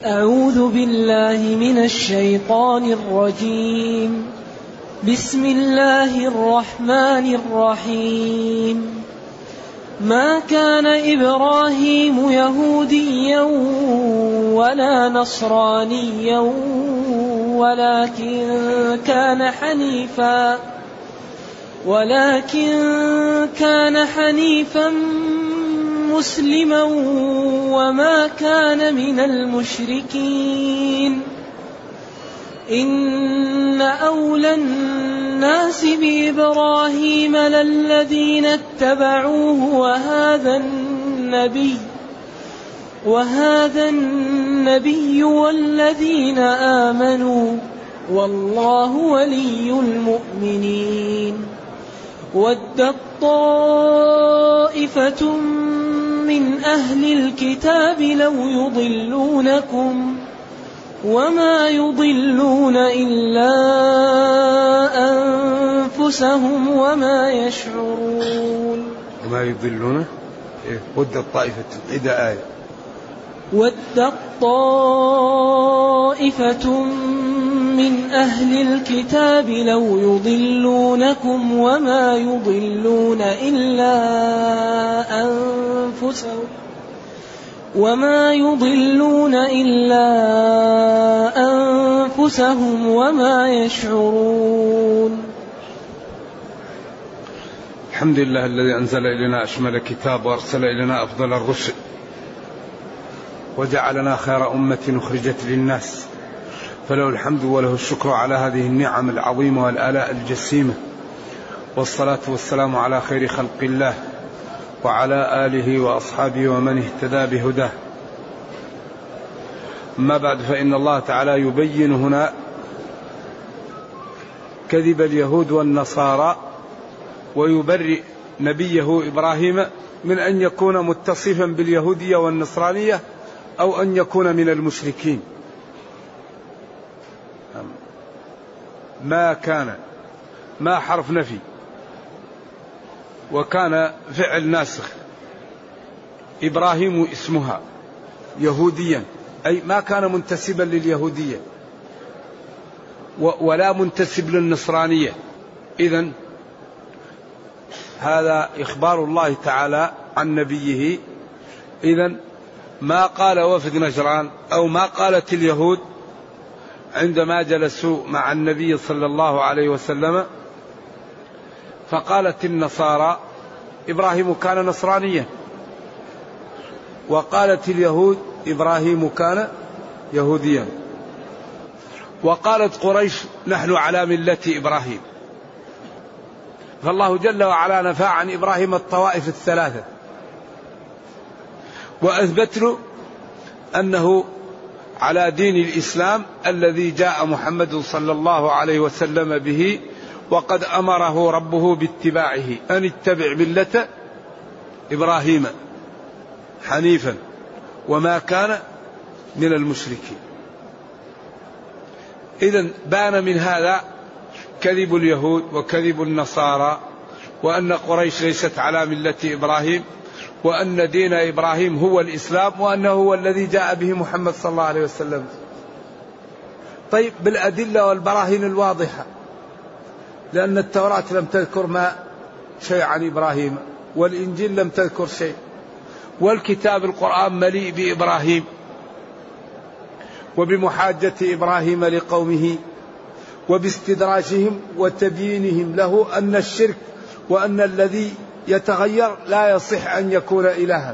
أعوذ بالله من الشيطان الرجيم. بسم الله الرحمن الرحيم. ما كان إبراهيم يهوديا ولا نصرانيا ولكن كان حنيفا مسلما وما كان من المشركين. إن أولى الناس بإبراهيم للذين اتبعوه وهذا النبي والذين آمنوا والله ولي المؤمنين. ودت طائفة من أهل الكتاب لو يضلونكم وما يضلون إلا أنفسهم وما يشعرون. وما يضلون ودت طائفة إذا آية ودت طائفة من أهل الكتاب لو يضلونكم وما يضلون إلا أنفسهم وما يشعرون. الحمد لله الذي أنزل إلينا أشمل كتاب وأرسل إلينا أفضل الرسل وجعلنا خير أمة أخرجت للناس، فله الحمد وله الشكر على هذه النعم العظيمة والآلاء الجسيمة، والصلاة والسلام على خير خلق الله وعلى آله وأصحابه ومن اهتدى بهداه. أما بعد، فإن الله تعالى يبين هنا كذب اليهود والنصارى ويبرئ نبيه إبراهيم من أن يكون متصفا باليهودية والنصرانية أو أن يكون من المشركين. ما حرف نفي، وكان فعل ناسخ. إبراهيم اسمها يهوديا، أي ما كان منتسبا لليهودية ولا منتسب للنصرانية. إذن هذا إخبار الله تعالى عن نبيه. إذن ما قال وفد نجران أو ما قالت اليهود عندما جلسوا مع النبي صلى الله عليه وسلم، فقالت النصارى إبراهيم كان نصرانيا، وقالت اليهود إبراهيم كان يهوديا، وقالت قريش نحن على ملة إبراهيم. فالله جل وعلا نفى عن إبراهيم الطوائف الثلاثة وأثبت له أنه على دين الإسلام الذي جاء محمد صلى الله عليه وسلم به، وقد أمره ربه باتباعه أن اتبع ملة إبراهيم حنيفا وما كان من المشركين. إذن بان من هذا كذب اليهود وكذب النصارى، وأن قريش ليست على ملة إبراهيم، وأن دين إبراهيم هو الإسلام، وأنه هو الذي جاء به محمد صلى الله عليه وسلم. طيب، بالأدلة والبراهين الواضحة، لأن التوراة لم تذكر شيء عن إبراهيم، والإنجيل لم تذكر شيء، والكتاب القرآن مليء بإبراهيم وبمحاجة إبراهيم لقومه وباستدراجهم وتبيينهم له أن الشرك وأن الذي يتغير لا يصح أن يكون إلها.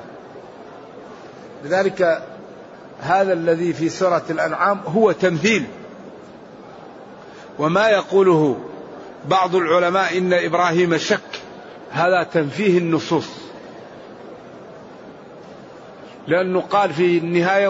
لذلك هذا الذي في سورة الأنعام هو تمثيل، وما يقوله بعض العلماء إن إبراهيم شك، هذا تنفيه النصوص، لأنه قال في النهاية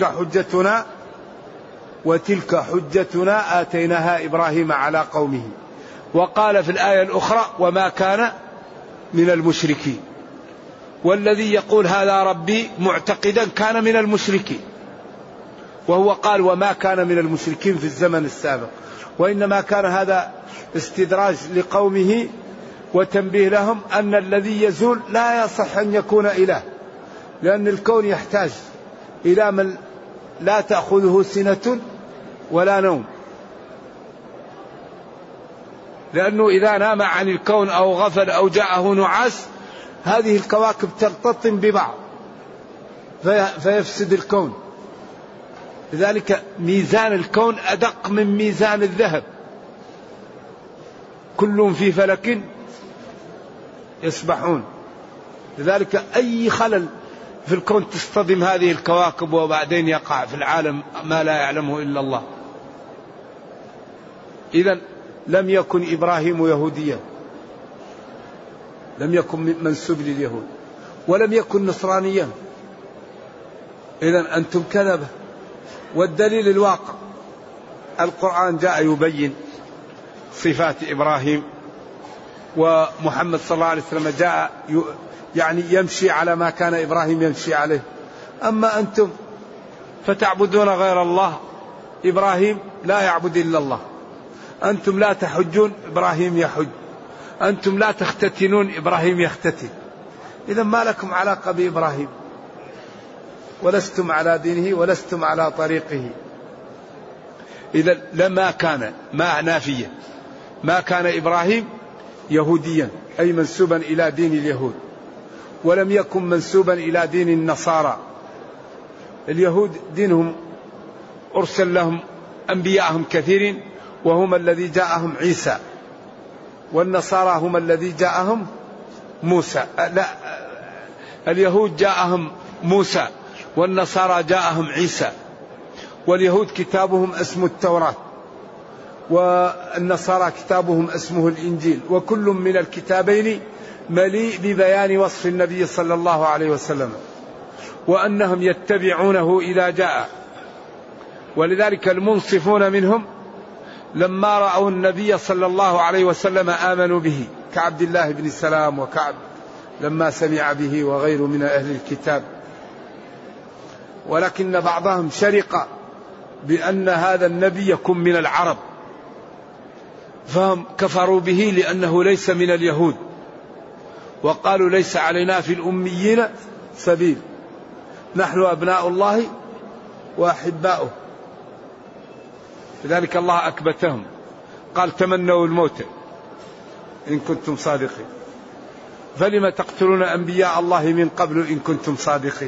وتلك حجتنا آتيناها إبراهيم على قومه، وقال في الآية الأخرى وما كان من المشركين. والذي يقول هذا ربي معتقدا كان من المشركين، وهو قال وما كان من المشركين في الزمن السابق، وإنما كان هذا استدراج لقومه وتنبيه لهم أن الذي يزول لا يصح أن يكون إله، لأن الكون يحتاج إلى من لا تأخذه سنة ولا نوم، لأنه إذا نام عن الكون أو غفل أو جاءه نعاس هذه الكواكب ترتطم ببعض فيفسد الكون. لذلك ميزان الكون أدق من ميزان الذهب، كل في فلك يسبحون. لذلك أي خلل في الكون تصطدم هذه الكواكب وبعدين يقع في العالم ما لا يعلمه إلا الله. إذن لم يكن إبراهيم يهوديا، لم يكن منسوب لليهود، ولم يكن نصرانيا. إذن أنتم كذبة. والدليل الواقع القرآن جاء يبين صفات إبراهيم، ومحمد صلى الله عليه وسلم جاء يعني يمشي على ما كان إبراهيم يمشي عليه. أما أنتم فتعبدون غير الله، إبراهيم لا يعبد إلا الله. أنتم لا تحجون، إبراهيم يحج. أنتم لا تختتنون، إبراهيم يختتن. إذا ما لكم علاقة بإبراهيم، ولستم على دينه ولستم على طريقه. إذا لما كان ما نافية، ما كان إبراهيم يهوديا أي منسوبا إلى دين اليهود، ولم يكن منسوبا إلى دين النصارى. اليهود دينهم أرسل لهم أنبياءهم كثيرين وهم الذي جاءهم عيسى، والنصارى هم الذي جاءهم موسى. لا، اليهود جاءهم موسى والنصارى جاءهم عيسى. واليهود كتابهم اسمه التوراة، والنصارى كتابهم اسمه الإنجيل، وكل من الكتابين مليء ببيان وصف النبي صلى الله عليه وسلم وأنهم يتبعونه إذا جاء. ولذلك المنصفون منهم لما رأوا النبي صلى الله عليه وسلم آمنوا به، كعبد الله بن سلام وكعب لما سمع به وغير من أهل الكتاب. ولكن بعضهم شرق بأن هذا النبي يكون من العرب، فهم كفروا به لأنه ليس من اليهود، وقالوا ليس علينا في الأميين سبيل، نحن أبناء الله وأحباؤه. لذلك الله أكبتهم، قال تمنوا الموت إن كنتم صادقين، فلم تقتلون أنبياء الله من قبل إن كنتم صادقين.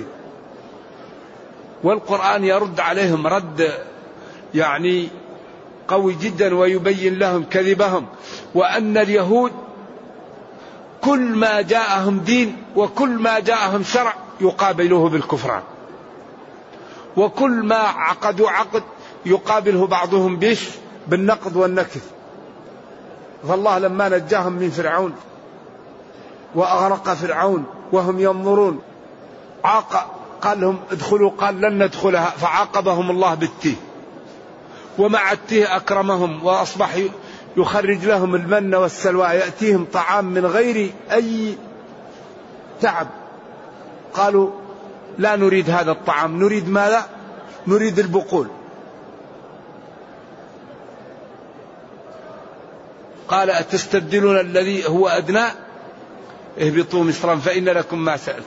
والقرآن يرد عليهم رد يعني قوي جدا، ويبين لهم كذبهم، وأن اليهود كل ما جاءهم دين وكل ما جاءهم شرع يقابلوه بالكفران، وكل ما عقدوا عقد يقابله بعضهم بالنقد والنكث. فالله لما نجاهم من فرعون وأغرق فرعون وهم ينظرون قال لهم ادخلوا، قال لن ندخلها، فعاقبهم الله بالتيه، ومع التيه أكرمهم وأصبح يخرج لهم المن والسلوى، يأتيهم طعام من غير أي تعب. قالوا لا نريد هذا الطعام، نريد ماذا؟ نريد البقول. قال أتستبدلون الذي هو أدنى اهبطوا مصرا فإن لكم ما سألت.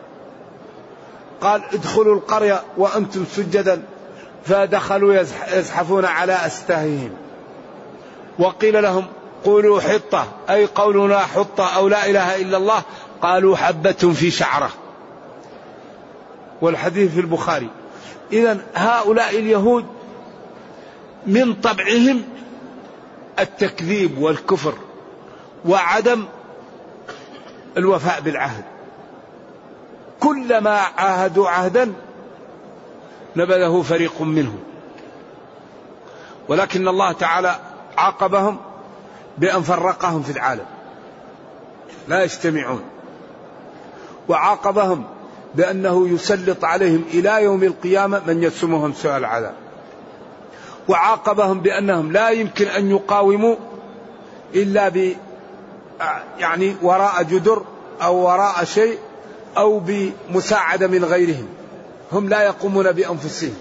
قال ادخلوا القرية وأنتم سجدا، فدخلوا يزحفون على أستاههم. وقيل لهم قولوا حطة، أي قولنا حطة أو لا إله إلا الله، قالوا حبة في شعرة، والحديث في البخاري. إذن هؤلاء اليهود من طبعهم التكذيب والكفر وعدم الوفاء بالعهد، كلما عاهدوا عهدا نبذه فريق منهم. ولكن الله تعالى عاقبهم بأن فرقهم في العالم لا يجتمعون، وعاقبهم بأنه يسلط عليهم إلى يوم القيامة من يسمهم سوء العذاب، وعاقبهم بأنهم لا يمكن أن يقاوموا إلا يعني وراء جدر أو وراء شيء أو بمساعدة من غيرهم، هم لا يقومون بأنفسهم.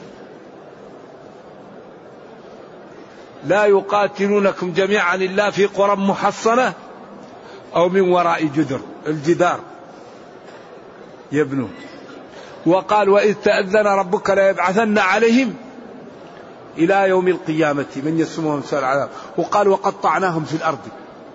لا يقاتلونكم جميعا إلا في قرى محصنة أو من وراء جدر، الجدار يبنون. وقال وإذ تأذن ربك ليبعثن عليهم إلى يوم القيامة من يسومهم سوء العذاب. وقال وقطعناهم في الأرض.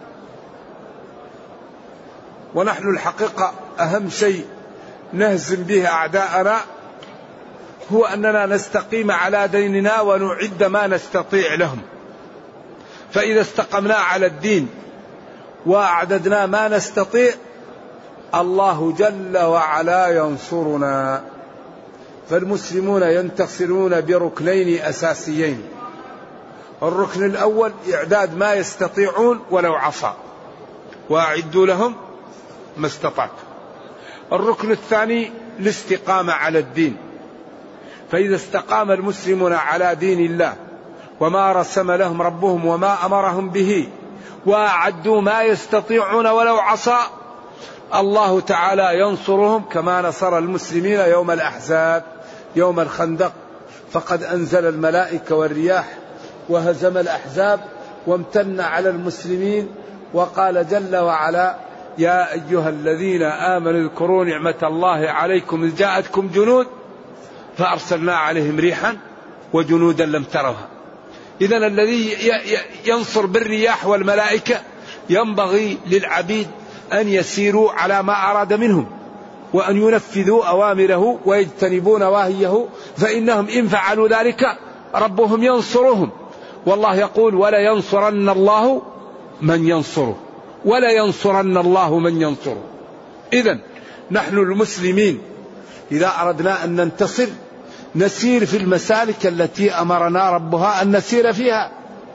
ونحن الحقيقة أهم شيء نهزم به أعداءنا هو أننا نستقيم على ديننا ونعد ما نستطيع لهم. فإذا استقمنا على الدين وأعددنا ما نستطيع الله جل وعلا ينصرنا. فالمسلمون ينتصرون بركنين أساسيين. الركن الأول إعداد ما يستطيعون ولو عصى، وأعدوا لهم ما استطعت. الركن الثاني الاستقامة على الدين. فإذا استقام المسلمون على دين الله وما رسم لهم ربهم وما أمرهم به وأعدوا ما يستطيعون ولو عصى الله تعالى ينصرهم كما نصر المسلمين يوم الأحزاب يوم الخندق. فقد أنزل الملائكة والرياح وهزم الأحزاب وامتن على المسلمين وقال جل وعلا يا أيها الذين آمنوا اذكروا نعمة الله عليكم إذ جاءتكم جنود فأرسلنا عليهم ريحا وجنودا لم تروها. إذن الذي ينصر بالرياح والملائكة ينبغي للعبيد أن يسيروا على ما أراد منهم وأن ينفذوا أوامره ويجتنبوا نواهيه، فإنهم إن فعلوا ذلك ربهم ينصرهم. والله يقول ولا ينصرن الله من ينصره، ولا ينصرن الله من ينصره. إذن نحن المسلمين إذا أردنا أن ننتصر نسير في المسالك التي أمرنا ربها أن نسير فيها.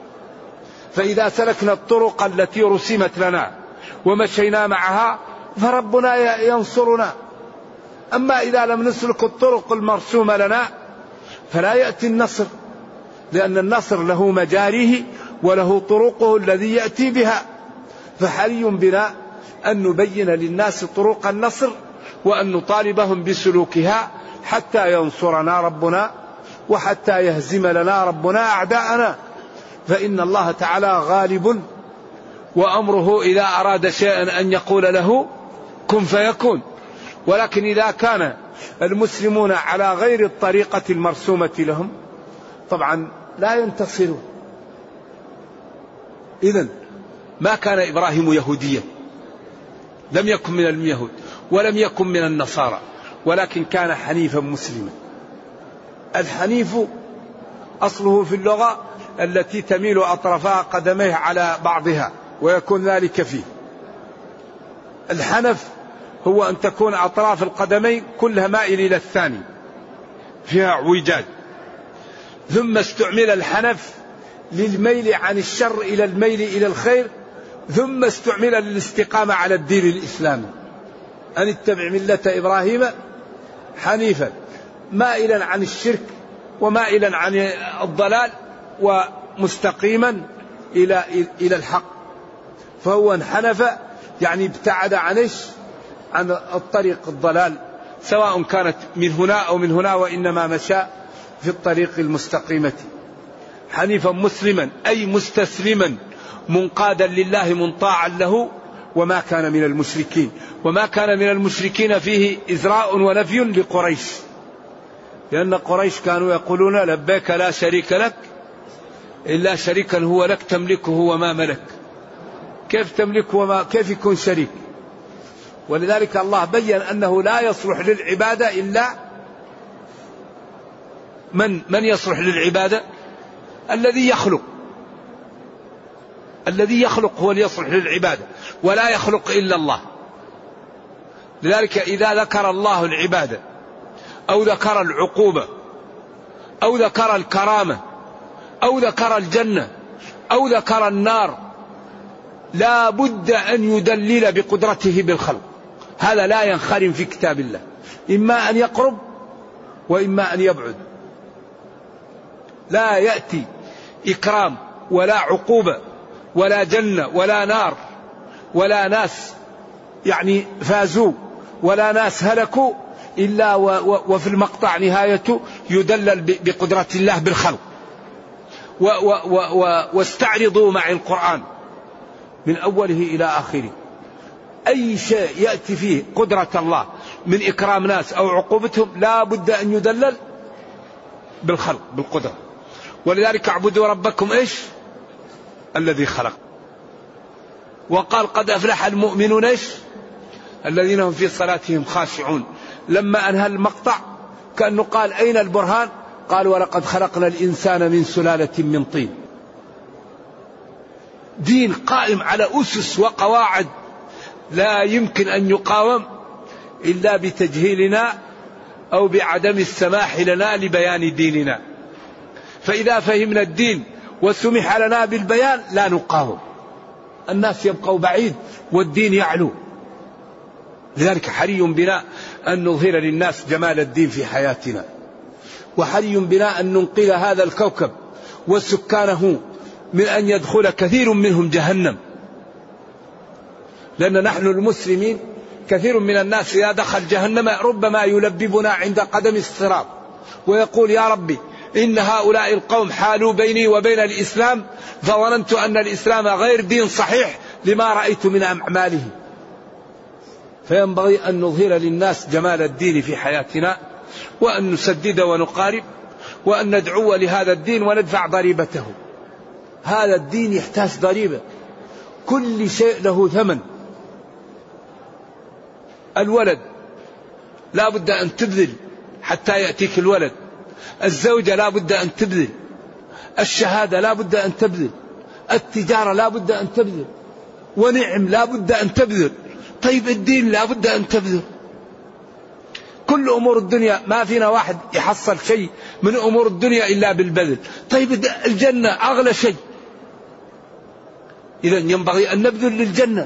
فإذا سلكنا الطرق التي رسمت لنا ومشينا معها فربنا ينصرنا. أما إذا لم نسلك الطرق المرسومة لنا فلا يأتي النصر، لأن النصر له مجاريه وله طرقه الذي يأتي بها. فحري بنا أن نبين للناس طرق النصر وأن نطالبهم بسلوكها حتى ينصرنا ربنا وحتى يهزم لنا ربنا أعداءنا. فإن الله تعالى غالب، وأمره إذا أراد شيئا أن يقول له كن فيكون. ولكن إذا كان المسلمون على غير الطريقة المرسومة لهم طبعا لا ينتصرون. إذن ما كان إبراهيم يهوديا، لم يكن من اليهود ولم يكن من النصارى، ولكن كان حنيفا مسلما. الحنيف أصله في اللغة التي تميل أطرافها قدميه على بعضها ويكون ذلك فيه. الحنف هو أن تكون أطراف القدمين كلها مائل إلى الثاني فيها اعوجاج. ثم استعمل الحنف للميل عن الشر إلى الميل إلى الخير، ثم استعمل للاستقامة على الدين الإسلامي. أن اتبع ملة إبراهيم حنيفا مائلا عن الشرك ومائلا عن الضلال ومستقيما إلى الحق. فهو انحنف يعني ابتعد عن الطريق الضلال، سواء كانت من هنا أو من هنا، وإنما مشى في الطريق المستقيمة. حنيفا مسلما أي مستسلما منقادا لله منطاعا له، وما كان من المشركين. وما كان من المشركين فيه إزراء ونفي لقريش، لأن قريش كانوا يقولون لبيك لا شريك لك إلا شريكا هو لك تملكه وما ملك. كيف تملكه وما كيف يكون شريك؟ ولذلك الله بين أنه لا يصلح للعبادة إلا من يصلح للعبادة؟ الذي يخلق. الذي يخلق هو اللي يصلح للعبادة، ولا يخلق إلا الله. لذلك إذا ذكر الله العبادة أو ذكر العقوبة أو ذكر الكرامة أو ذكر الجنة أو ذكر النار لا بد أن يدلل بقدرته بالخلق. هذا لا ينخرم في كتاب الله، إما أن يقرب وإما أن يبعد. لا يأتي إكرام ولا عقوبة ولا جنة ولا نار ولا ناس يعني فازوا ولا ناس هلكوا إلا وفي المقطع نهايته يدلل بقدرة الله بالخلق. واستعرضوا مع القرآن من أوله إلى آخره، أي شيء يأتي فيه قدرة الله من إكرام ناس أو عقوبتهم لا بد أن يدلل بالخلق بالقدرة. ولذلك اعبدوا ربكم إيش الذي خلق. وقال قد أفلح المؤمنون إيش الذين هم في صلاتهم خاشعون. لما أنهى المقطع كأنه قال أين البرهان؟ قال ولقد خلقنا الإنسان من سلالة من طين. دين قائم على أسس وقواعد لا يمكن أن يقاوم إلا بتجهيلنا أو بعدم السماح لنا لبيان ديننا. فإذا فهمنا الدين وسمح لنا بالبيان لا نقاوم. الناس يبقوا بعيد والدين يعلو. لذلك حري بنا أن نظهر للناس جمال الدين في حياتنا، وحري بنا أن ننقذ هذا الكوكب وسكانه من أن يدخل كثير منهم جهنم. لأن نحن المسلمين كثير من الناس إذا دخل جهنم ربما يلببنا عند قدم الصراط ويقول يا ربي إن هؤلاء القوم حالوا بيني وبين الإسلام فظننت أن الإسلام غير دين صحيح لما رأيت من أعماله. فينبغي أن نظهر للناس جمال الدين في حياتنا، وأن نسدد ونقارب، وأن ندعو لهذا الدين وندفع ضريبته. هذا الدين يحتاج ضريبة. كل شيء له ثمن. الولد لا بد أن تبذل حتى يأتيك الولد. الزوجة لا بد أن تبذل. الشهادة لا بد أن تبذل. التجارة لا بد أن تبذل. ونعم لا بد أن تبذل. طيب الدين لا بد أن تبذل. كل أمور الدنيا ما فينا واحد يحصل شيء من أمور الدنيا إلا بالبذل. طيب الجنة أغلى شيء، إذا ينبغي أن نبذل للجنة.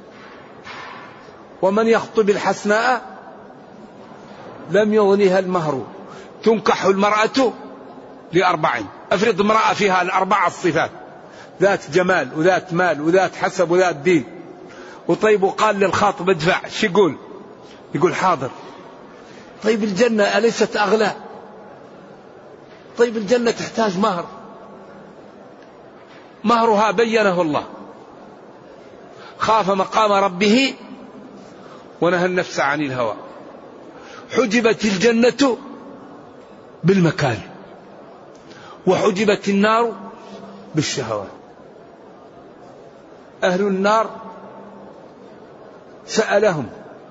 ومن يخطب الحسناء لم يغنيها المهر. تنكح المرأة ل4. أفرض امرأة فيها ال4 الصفات، ذات جمال وذات مال وذات حسب وذات دين. وطيب وقال للخاطب ادفع، شو يقول؟ يقول حاضر. طيب الجنة أليست أغلى؟ طيب الجنة تحتاج مهر. مهرها بينه الله. خاف مقام ربه ونهى النفس عن الهوى. حجبت الجنة بالمكاره وحجبت النار بالشهوات. أهل النار سألهم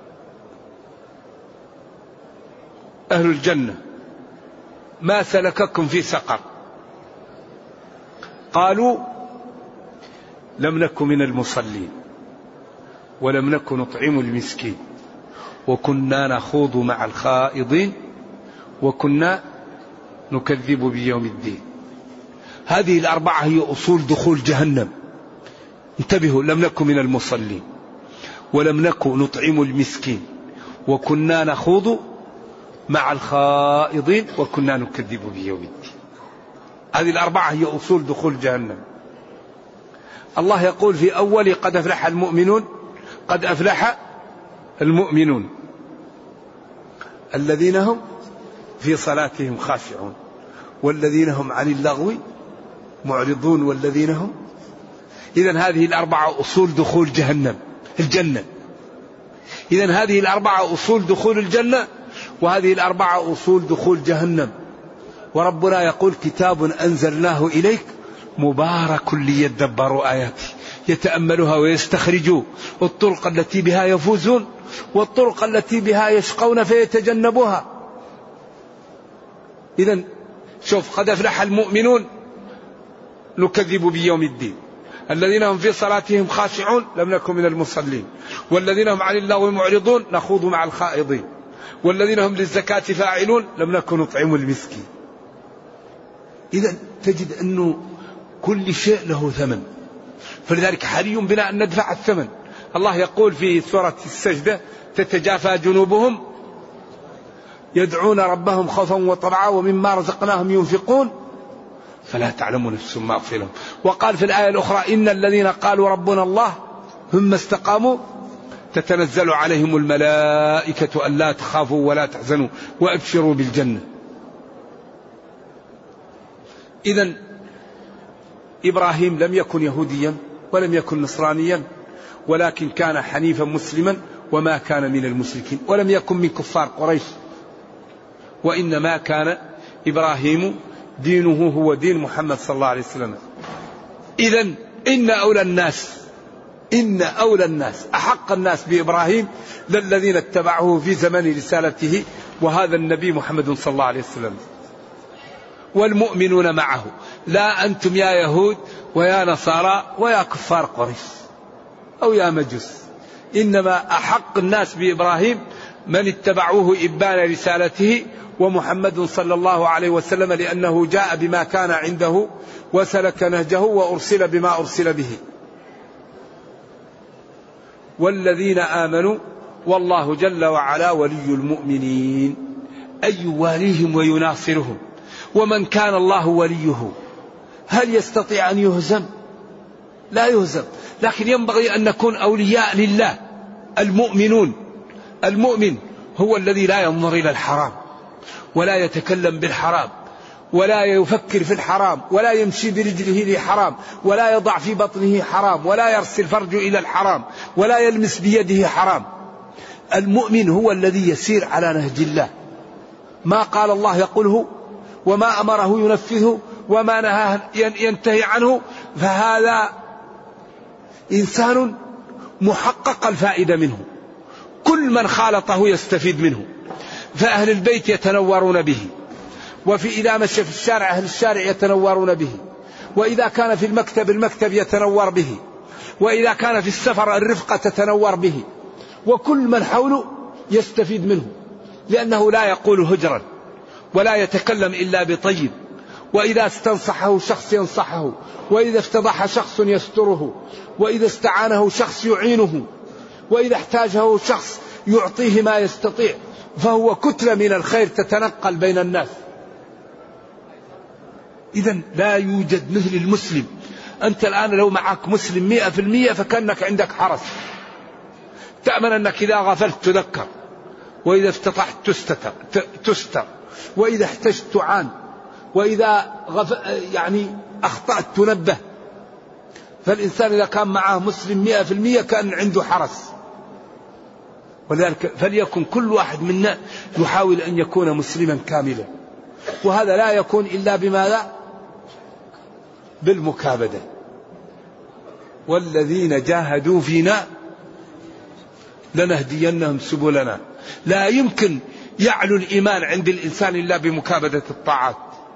أهل الجنة ما سلككم في سقر؟ قالوا لم نكن من المصلين ولم نكن نطعم المسكين وكنا نخوض مع الخائضين وكنا نكذب بيوم الدين. هذه ال4 هي أصول دخول جهنم. انتبهوا، لم نكن من المصلين ولم نكن نطعم المسكين وكنا نخوض مع الخائضين وكنا نكذب بيوم الدين. هذه ال4 هي أصول دخول جهنم. الله يقول في أول قد أفلح المؤمنون. قد أفلح المؤمنون الذين هم في صلاتهم خاشعون والذين هم عن اللغو معرضون والذين هم. إذن هذه ال4 أصول دخول جهنم الجنة. إذن هذه ال4 أصول دخول الجنة، وهذه ال4 أصول دخول جهنم. وربنا يقول كتاب أنزلناه إليك مبارك ليدبروا آياته يتأملها ويستخرجوا الطرق التي بها يفوزون والطرق التي بها يشقون فيتجنبها. إذن شوف، قد أفلح المؤمنون نكذب بيوم الدين الذين هم في صلاتهم خاشعون لم نكن من المصلين والذين هم عن اللغو معرضون نخوض مع الخائضين والذين هم للزكاة فاعلون لم نكن نطعم المسكين. إذن تجد أنه كل شيء له ثمن، فلذلك حري بنا أن ندفع الثمن. الله يقول في سورة السجدة تتجافى جنوبهم يدعون ربهم خوفا وطمعا ومما رزقناهم ينفقون فلا تعلم نفس ما أخفي لهم. وقال في الآية الأخرى إن الذين قالوا ربنا الله ثم استقاموا تتنزل عليهم الملائكة ألا تخافوا ولا تحزنوا وأبشروا بالجنة. إذن إبراهيم لم يكن يهوديا ولم يكن نصرانيا ولكن كان حنيفا مسلما وما كان من المشركين، ولم يكن من كفار قريش، وإنما كان إبراهيم دينه هو دين محمد صلى الله عليه وسلم. إذن إن أولى الناس أحق الناس بإبراهيم للذين اتبعوه في زمن رسالته، وهذا النبي محمد صلى الله عليه وسلم، والمؤمنون معه، لا أنتم يا يهود ويا نصارى ويا كفار قريش أو يا مجوس، إنما أحق الناس بإبراهيم من اتبعوه إبان رسالته ومحمد صلى الله عليه وسلم، لأنه جاء بما كان عنده وسلك نهجه وأرسل بما أرسل به. والذين آمنوا والله جل وعلا ولي المؤمنين، أي يواليهم ويناصرهم. ومن كان الله وليه هل يستطيع أن يهزم؟ لا يهزم، لكن ينبغي أن نكون أولياء لله. المؤمن هو الذي لا ينظر إلى الحرام ولا يتكلم بالحرام ولا يفكر في الحرام ولا يمشي برجله لحرام ولا يضع في بطنه حرام ولا يرسل فرجه إلى الحرام ولا يلمس بيده حرام. المؤمن هو الذي يسير على نهج الله، ما قال الله يقوله، وما أمره ينفذه، وما نهاه ينتهي عنه، فهذا إنسان محقق الفائدة منه، كل من خالطه يستفيد منه. فأهل البيت يتنورون به، إذا مشى في الشارع أهل الشارع يتنورون به، وإذا كان في المكتب يتنور به، وإذا كان في السفر الرفقة تتنور به، وكل من حوله يستفيد منه، لأنه لا يقول هجرا ولا يتكلم إلا بطيب، وإذا استنصحه شخص ينصحه، وإذا افتضح شخص يستره، وإذا استعانه شخص يعينه، وإذا احتاجه شخص يعطيه ما يستطيع، فهو كتلة من الخير تتنقل بين الناس. إذن لا يوجد مثل المسلم. أنت الآن لو معك مسلم 100% فكأنك عندك حرس، تأمن أنك إذا غفلت تذكر، وإذا افتتحت تستر، وإذا احتجت تعان، وإذا أخطأت تنبه. فالإنسان إذا كان معه مسلم 100% كأن عنده حرس. ولذلك فليكن كل واحد منا يحاول أن يكون مسلما كاملا، وهذا لا يكون إلا بماذا؟ بالمكابدة. والذين جاهدوا فينا لنهدينهم سبلنا. لا يمكن يعلو الإيمان عند الإنسان إلا بمكابدة الطاعات.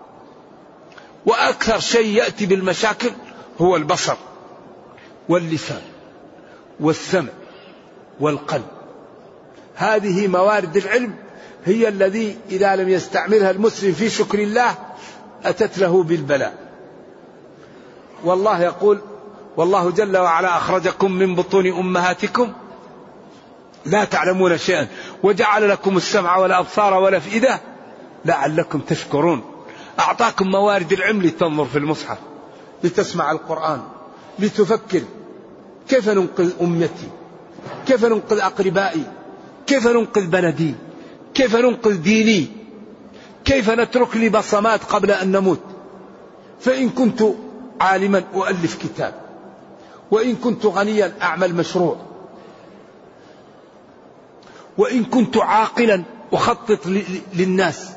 وأكثر شيء يأتي بالمشاكل هو البصر واللسان والسمع والقلب. هذه موارد العلم هي الذي إذا لم يستعملها المسلم في شكر الله أتت له بالبلاء. والله يقول: والله جل وعلا أخرجكم من بطون أمهاتكم لا تعلمون شيئا وجعل لكم السمع والأبصار والأفئدة لعلكم تشكرون. أعطاكم موارد العلم لتنظر في المصحف، لتسمع القرآن، لتفكر كيف ننقذ أمتي، كيف ننقذ أقربائي، كيف ننقذ بلدي، كيف ننقذ ديني، كيف نترك لي بصمات قبل أن نموت. فإن كنت عالما أؤلف كتاب، وإن كنت غنيا أعمل مشروع، وإن كنت عاقلا أخطط للناس.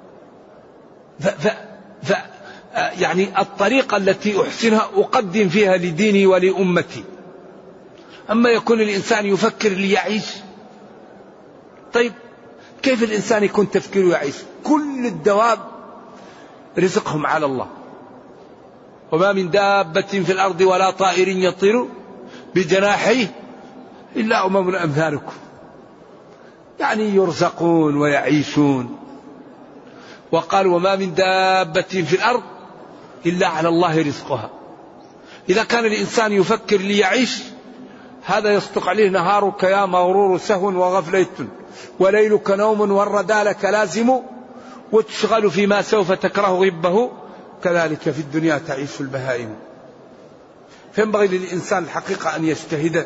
يعني الطريقة التي أحسنها أقدم فيها لديني ولأمتي. أما يكون الإنسان يفكر ليعيش، طيب كيف الإنسان يكون تفكيره يعيش؟ كل الدواب رزقهم على الله، وما من دابة في الأرض ولا طائر يطير بجناحيه إلا أمم أمثالكم، يعني يرزقون ويعيشون. وقال: وما من دابة في الأرض إلا على الله رزقها. إذا كان الإنسان يفكر ليعيش، هذا يصدق عليه: نهارك يا مغرور سهو وغفلة، وليلك نوم والردى لك لازم، وتشغل فيما سوف تكره غبه، كذلك في الدنيا تعيش البهائم. فينبغي للإنسان الحقيقة أن يجتهد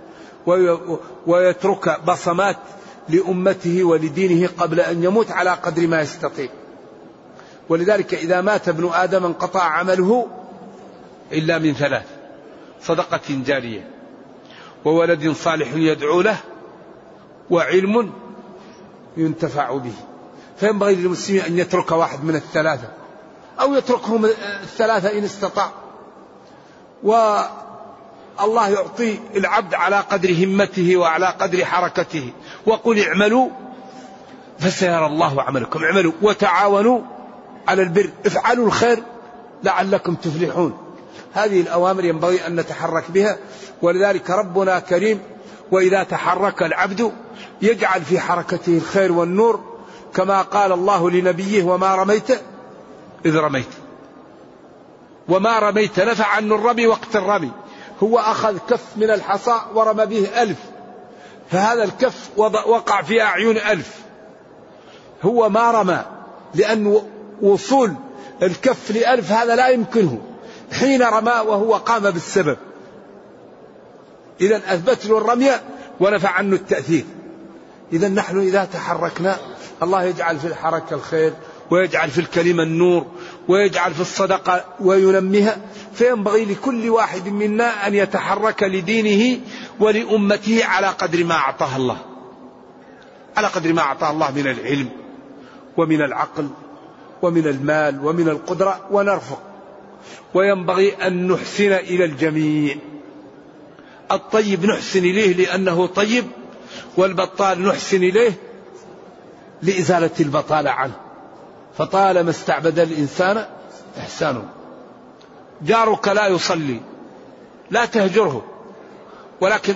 ويترك بصمات لأمته ولدينه قبل أن يموت على قدر ما يستطيع. ولذلك إذا مات ابن آدم انقطع عمله إلا من ثلاث: صدقة جارية، وولد صالح يدعو له، وعلم ينتفع به. فينبغي للمسلمين أن يترك واحد من الثلاثة أو يتركهم الثلاثة إن استطاع. والله يعطي العبد على قدر همته وعلى قدر حركته. وقل اعملوا فسيرى الله عملكم. اعملوا وتعاونوا على البر، افعلوا الخير لعلكم تفلحون. هذه الأوامر ينبغي أن نتحرك بها. ولذلك ربنا كريم، وإذا تحرك العبد يجعل في حركته الخير والنور، كما قال الله لنبيه وما رميت إذ رميت وما رميت نفع عنه الرمي وقت الرمي. هو أخذ كف من الحصى ورمى به 1000، فهذا الكف وقع في أعين 1000. هو ما رمى، لأن وصول الكف ل1000 هذا لا يمكنه حين رمى وهو قام بالسبب. إذا أثبت له الرمي ونفع عنه التأثير. إذا نحن إذا تحركنا الله يجعل في الحركة الخير، ويجعل في الكلمة النور، ويجعل في الصدقة وينميها. فينبغي لكل واحد منا أن يتحرك لدينه ولأمته على قدر ما أعطاه الله، على قدر ما أعطاه الله من العلم ومن العقل ومن المال ومن القدرة، ونرفق. وينبغي أن نحسن إلى الجميع. الطيب نحسن إليه لأنه طيب، والبطال نحسن إليه لإزالة البطالة عنه. فطالما استعبد الإنسان إحسانه. جارك لا يصلي لا تهجره، ولكن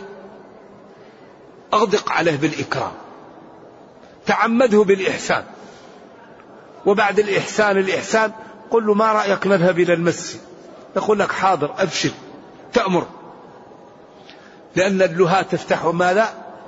أغدق عليه بالإكرام، تعمده بالإحسان، وبعد الإحسان قل له ما رأيك نذهب إلى المسجد؟ يقول لك حاضر أبشر، تأمر. لأن اللها تفتح ماذا؟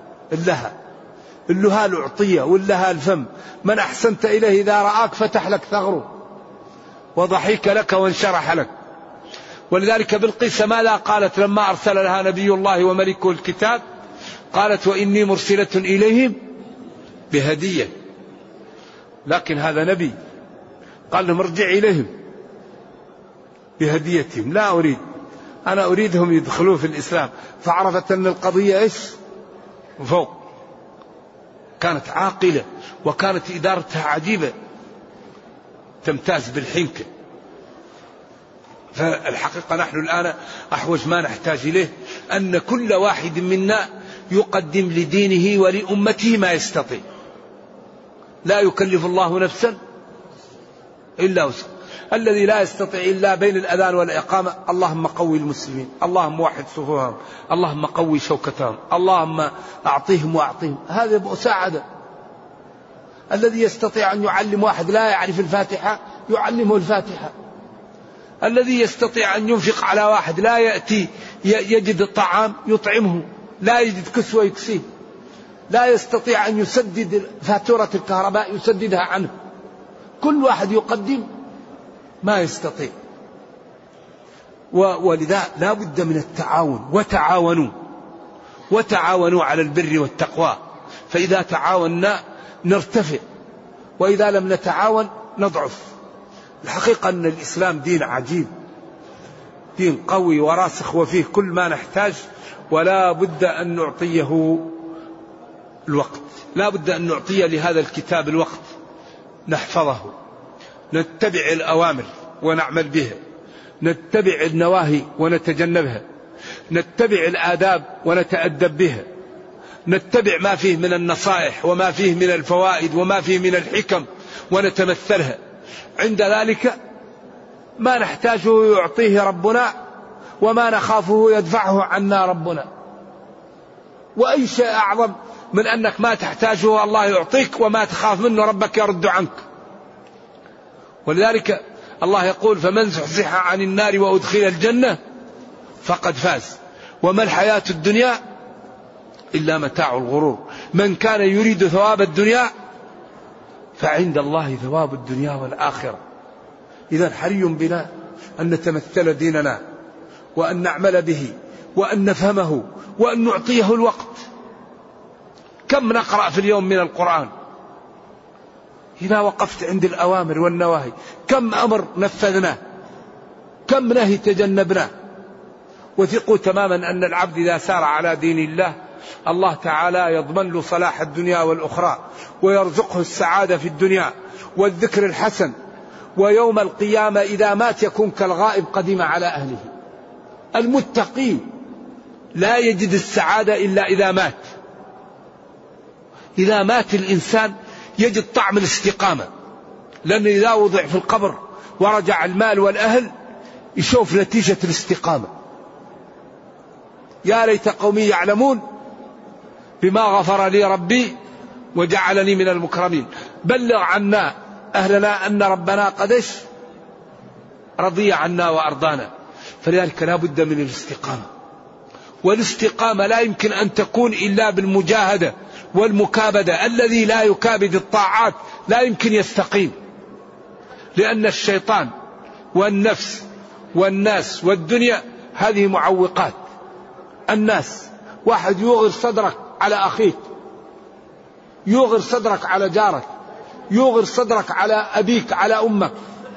اللها العطية واللها الفم. من أحسنت إليه إذا رآك فتح لك ثغره وضحك لك وانشرح لك. ولذلك بالقصة ماذا قالت لما أرسل لها نبي الله وملكه الكتاب؟ قالت وإني مرسلة إليهم بهدية. لكن هذا نبي، قال لهم ارجع إليهم بهديتهم، لا أريد، أنا أريدهم يدخلوا في الإسلام. فعرفت أن القضية إيش؟ فوق. كانت عاقلة وكانت إدارتها عجيبة، تمتاز بالحنكة. فالحقيقة نحن الآن أحوج ما نحتاج إليه أن كل واحد منا يقدم لدينه ولأمته ما يستطيع. لا يكلف الله نفسا إلا وسعها. الذي لا يستطيع إلا بين الأذان والإقامة اللهم قوي المسلمين، اللهم وحد صفوفهم، اللهم قوي شوكتهم، اللهم أعطيهم وأعطيهم. هذا مساعدة. الذي يستطيع أن يعلم واحد لا يعرف الفاتحة يعلمه الفاتحة. الذي يستطيع أن ينفق على واحد لا يأتي يجد الطعام يطعمه، لا يجد كسوة يكسيه. لا يستطيع أن يسدد فاتورة الكهرباء يسددها عنه. كل واحد يقدم ما يستطيع. ولذا لا بد من التعاون. وتعاونوا على البر والتقوى. فإذا تعاوننا نرتفع، وإذا لم نتعاون نضعف. الحقيقة أن الإسلام دين عجيب، دين قوي وراسخ وفيه كل ما نحتاج، ولا بد أن نعطيه الوقت، لا بد أن نعطي لهذا الكتاب الوقت، نحفظه، نتبع الأوامر ونعمل بها، نتبع النواهي ونتجنبها، نتبع الآداب ونتأدب بها، نتبع ما فيه من النصائح وما فيه من الفوائد وما فيه من الحكم ونتمثلها. عند ذلك ما نحتاجه يعطيه ربنا، وما نخافه يدفعه عنا ربنا. وأي شيء أعظم من أنك ما تحتاجه الله يعطيك، وما تخاف منه ربك يرد عنك. ولذلك الله يقول فمن زحزح عن النار وأدخل الجنة فقد فاز، وما الحياة الدنيا إلا متاع الغرور. من كان يريد ثواب الدنيا فعند الله ثواب الدنيا والآخرة. إذا حري بنا أن نتمثل ديننا، وأن نعمل به، وأن نفهمه، وأن نعطيه الوقت. كم نقرأ في اليوم من القرآن؟ إذا وقفت عند الأوامر والنواهي كم أمر نفذناه، كم نهي تجنبناه. وثقوا تماما أن العبد إذا سار على دين الله الله تعالى يضمن له صلاح الدنيا والأخرى ويرزقه السعادة في الدنيا والذكر الحسن، ويوم القيامة إذا مات يكون كالغائب قدم على أهله. المتقي لا يجد السعادة إلا إذا مات. إذا مات الإنسان يجد طعم الاستقامة، لأنه إذا وضع في القبر ورجع المال والأهل يشوف نتيجة الاستقامة. يا ليت قومي يعلمون بما غفر لي ربي وجعلني من المكرمين. بلغ عنا أهلنا أن ربنا قدش رضي عنا وأرضانا. فلذلك لا بد من الاستقامة، والاستقامة لا يمكن أن تكون إلا بالمجاهدة والمكابدة. الذي لا يكابد الطاعات لا يمكن يستقيم، لأن الشيطان والنفس والناس والدنيا هذه معوقات. الناس، واحد يوغر صدرك على أخيك، يوغر صدرك على جارك، يوغر صدرك على أبيك، على أمك.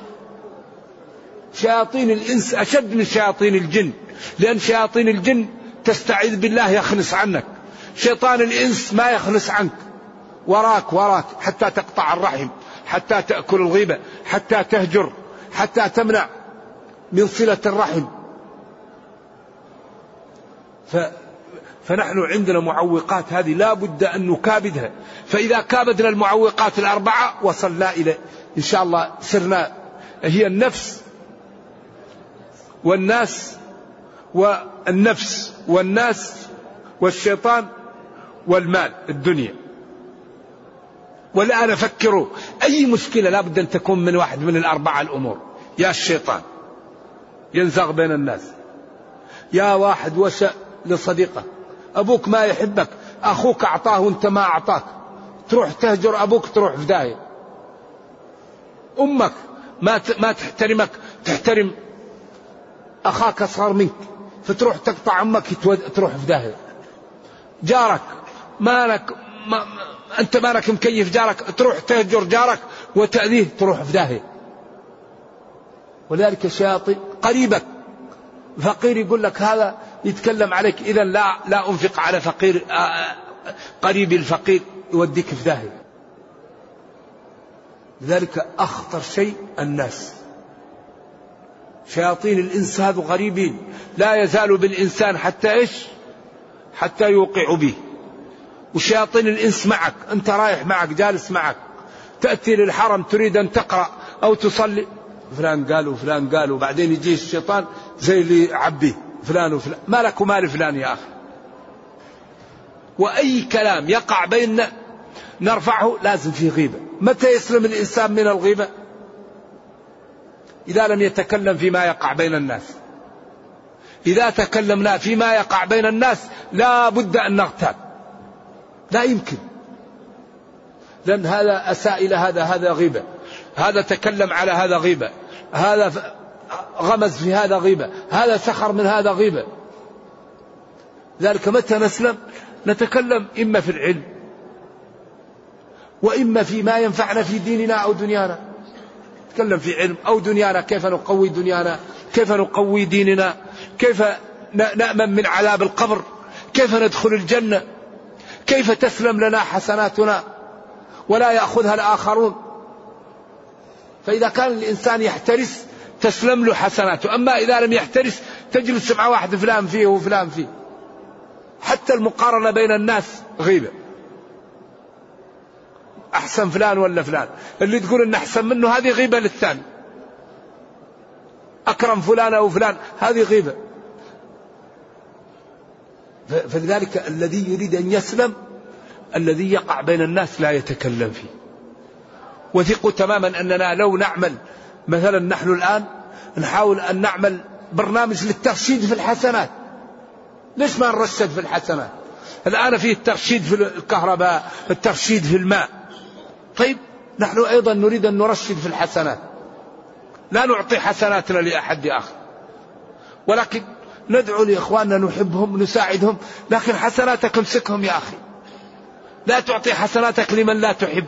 شياطين الإنس أشد من شياطين الجن، لأن شياطين الجن تستعيذ بالله يخلص عنك، شيطان الإنس ما يخلص عنك، وراك حتى تقطع الرحم، حتى تأكل الغيبة، حتى تهجر، حتى تمنع من صلة الرحم. فنحن عندنا معوقات هذه لا بد أن نكابدها. فإذا كابدنا المعوقات الأربعة وصلنا إلى إن شاء الله سرنا، هي النفس والناس والشيطان والمال الدنيا. والآن فكروا أي مشكلة لا بد أن تكون من واحد من الأربعة الأمور. يا الشيطان ينزغ بين الناس، يا واحد وشأ لصديقه، أبوك ما يحبك، أخوك أعطاه وأنت ما أعطاك، تروح تهجر أبوك تروح في داهية، أمك ما تحترمك، تحترم أخاك أصغر منك فتروح تقطع أمك تروح في داهية، جارك أنت مالك مكيف جارك، تروح تهجر جارك وتأذيه تروح في داهية. ولذلك الشياطين قريبك فقير يقول لك هذا يتكلم عليك، إذا لا أنفق على فقير، قريبي الفقير يوديك في داهية. لذلك أخطر شيء الناس. شياطين الإنس هذو غريبين لا يزال بالإنسان حتى يوقع به. وشياطين الإنس معك، أنت رايح معك جالس معك، تأتي للحرم تريد أن تقرأ أو تصلي، فلان قالوا بعدين يجي الشيطان زي اللي عبيه فلان وفلان، ما لك ومال فلان يا أخي. وأي كلام يقع بيننا نرفعه لازم فيه غيبة. متى يسلم الإنسان من الغيبة؟ إذا لم يتكلم فيما يقع بين الناس. إذا تكلمنا فيما يقع بين الناس لا بد أن نغتاب، لا يمكن، لأن هذا أساء إلى هذا غيبة، هذا تكلم على هذا غيبة، هذا غمز في هذا غيبة، هذا سخر من هذا غيبة. ذلك متى نسلم؟ نتكلم إما في العلم وإما فيما ينفعنا في ديننا أو دنيانا. نتكلم في علم أو دنيانا، كيف نقوي دنيانا، كيف نقوي ديننا، كيف نأمن من عذاب القبر، كيف ندخل الجنة، كيف تسلم لنا حسناتنا ولا يأخذها الآخرون. فإذا كان الإنسان يحترس تسلم له حسناته، أما إذا لم يحترس تجلس مع واحد فلان فيه وفلان فيه. حتى المقارنة بين الناس غيبة، أحسن فلان ولا فلان، اللي تقول إن أحسن منه هذه غيبة للثاني، أكرم فلان أو فلان هذه غيبة. فلذلك الذي يريد أن يسلم الذي يقع بين الناس لا يتكلم فيه. وثقوا تماما أننا لو نعمل مثلا، نحن الآن نحاول أن نعمل برنامج للترشيد في الحسنات، ليش ما نرشد في الحسنات؟ الآن فيه الترشيد في الكهرباء، الترشيد في الماء. طيب نحن أيضا نريد أن نرشد في الحسنات، لا نعطي حسناتنا لأحد آخر، ولكن ندعو لإخواننا نحبهم نساعدهم، لكن حسناتك امسكهم يا أخي، لا تعطي حسناتك لمن لا تحب.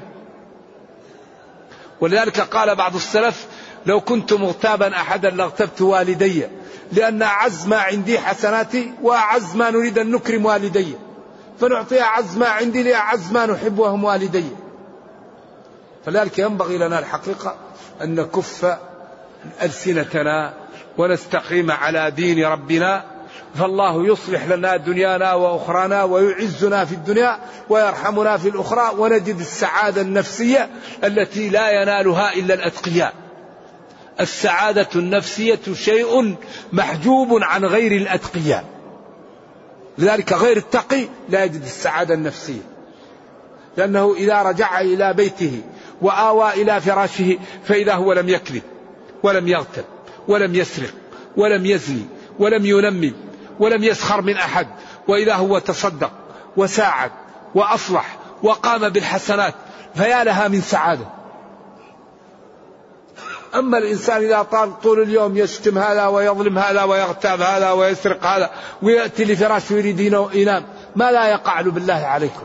ولذلك قال بعض السلف: لو كنت مغتابا أحدا لاغتبت والدي، لأن أعز ما عندي حسناتي وأعز ما نريد أن نكرم والدي. فنعطي أعز ما عندي لأعز ما نحب وهم والدي. فلذلك ينبغي لنا الحقيقة أن نكف ألسنتنا ونستقيم على دين ربنا، فالله يصلح لنا دنيانا وأخرانا ويعزنا في الدنيا ويرحمنا في الأخرى، ونجد السعادة النفسية التي لا ينالها إلا الأتقياء. السعادة النفسية شيء محجوب عن غير الأتقياء، لذلك غير التقي لا يجد السعادة النفسية، لأنه إذا رجع إلى بيته وآوى إلى فراشه فإذا هو لم يكذب ولم يغتب ولم يسرق ولم يزني ولم ينمم ولم يسخر من أحد، وإذا هو تصدق وساعد وأصلح وقام بالحسنات، فيا لها من سعادة. أما الإنسان إذا طول اليوم يشتم هذا ويظلم هذا ويغتاب هذا ويسرق هذا ويأتي لفراشه ويريد ينام، ما لا يقع له بالله عليكم؟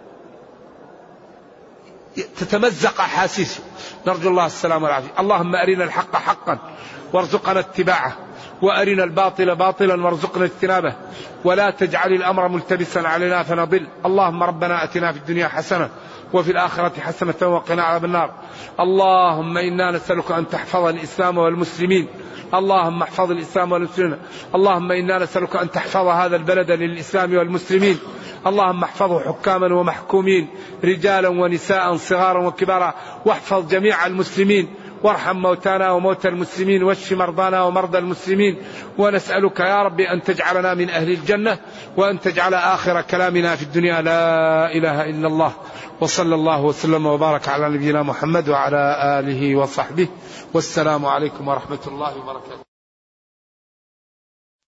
تتمزق أحاسيسه. نرجو الله السلام والعافية. اللهم أرنا الحق حقا وارزقنا اتباعه، وأرنا الباطل باطلا وارزقنا اجتنابه، ولا تجعل الأمر ملتبسا علينا فنضل. اللهم ربنا أتنا في الدنيا حسنة وفي الآخرة حسنة وقنا عذاب النار. اللهم إنا نسألك أن تحفظ الإسلام والمسلمين، اللهم احفظ الإسلام والمسلمين. اللهم إنا نسألك أن تحفظ هذا البلد للإسلام والمسلمين، اللهم احفظه حكاما ومحكومين، رجالا ونساء صغارا وكبارا، واحفظ جميع المسلمين، وارحم موتانا وموتى المسلمين، واشف مرضانا ومرضى المسلمين. ونسألك يا رب أن تجعلنا من أهل الجنة، وأن تجعل آخر كلامنا في الدنيا لا إله إلا الله. وصلى الله وسلم وبارك على نبينا محمد وعلى آله وصحبه، والسلام عليكم ورحمة الله وبركاته.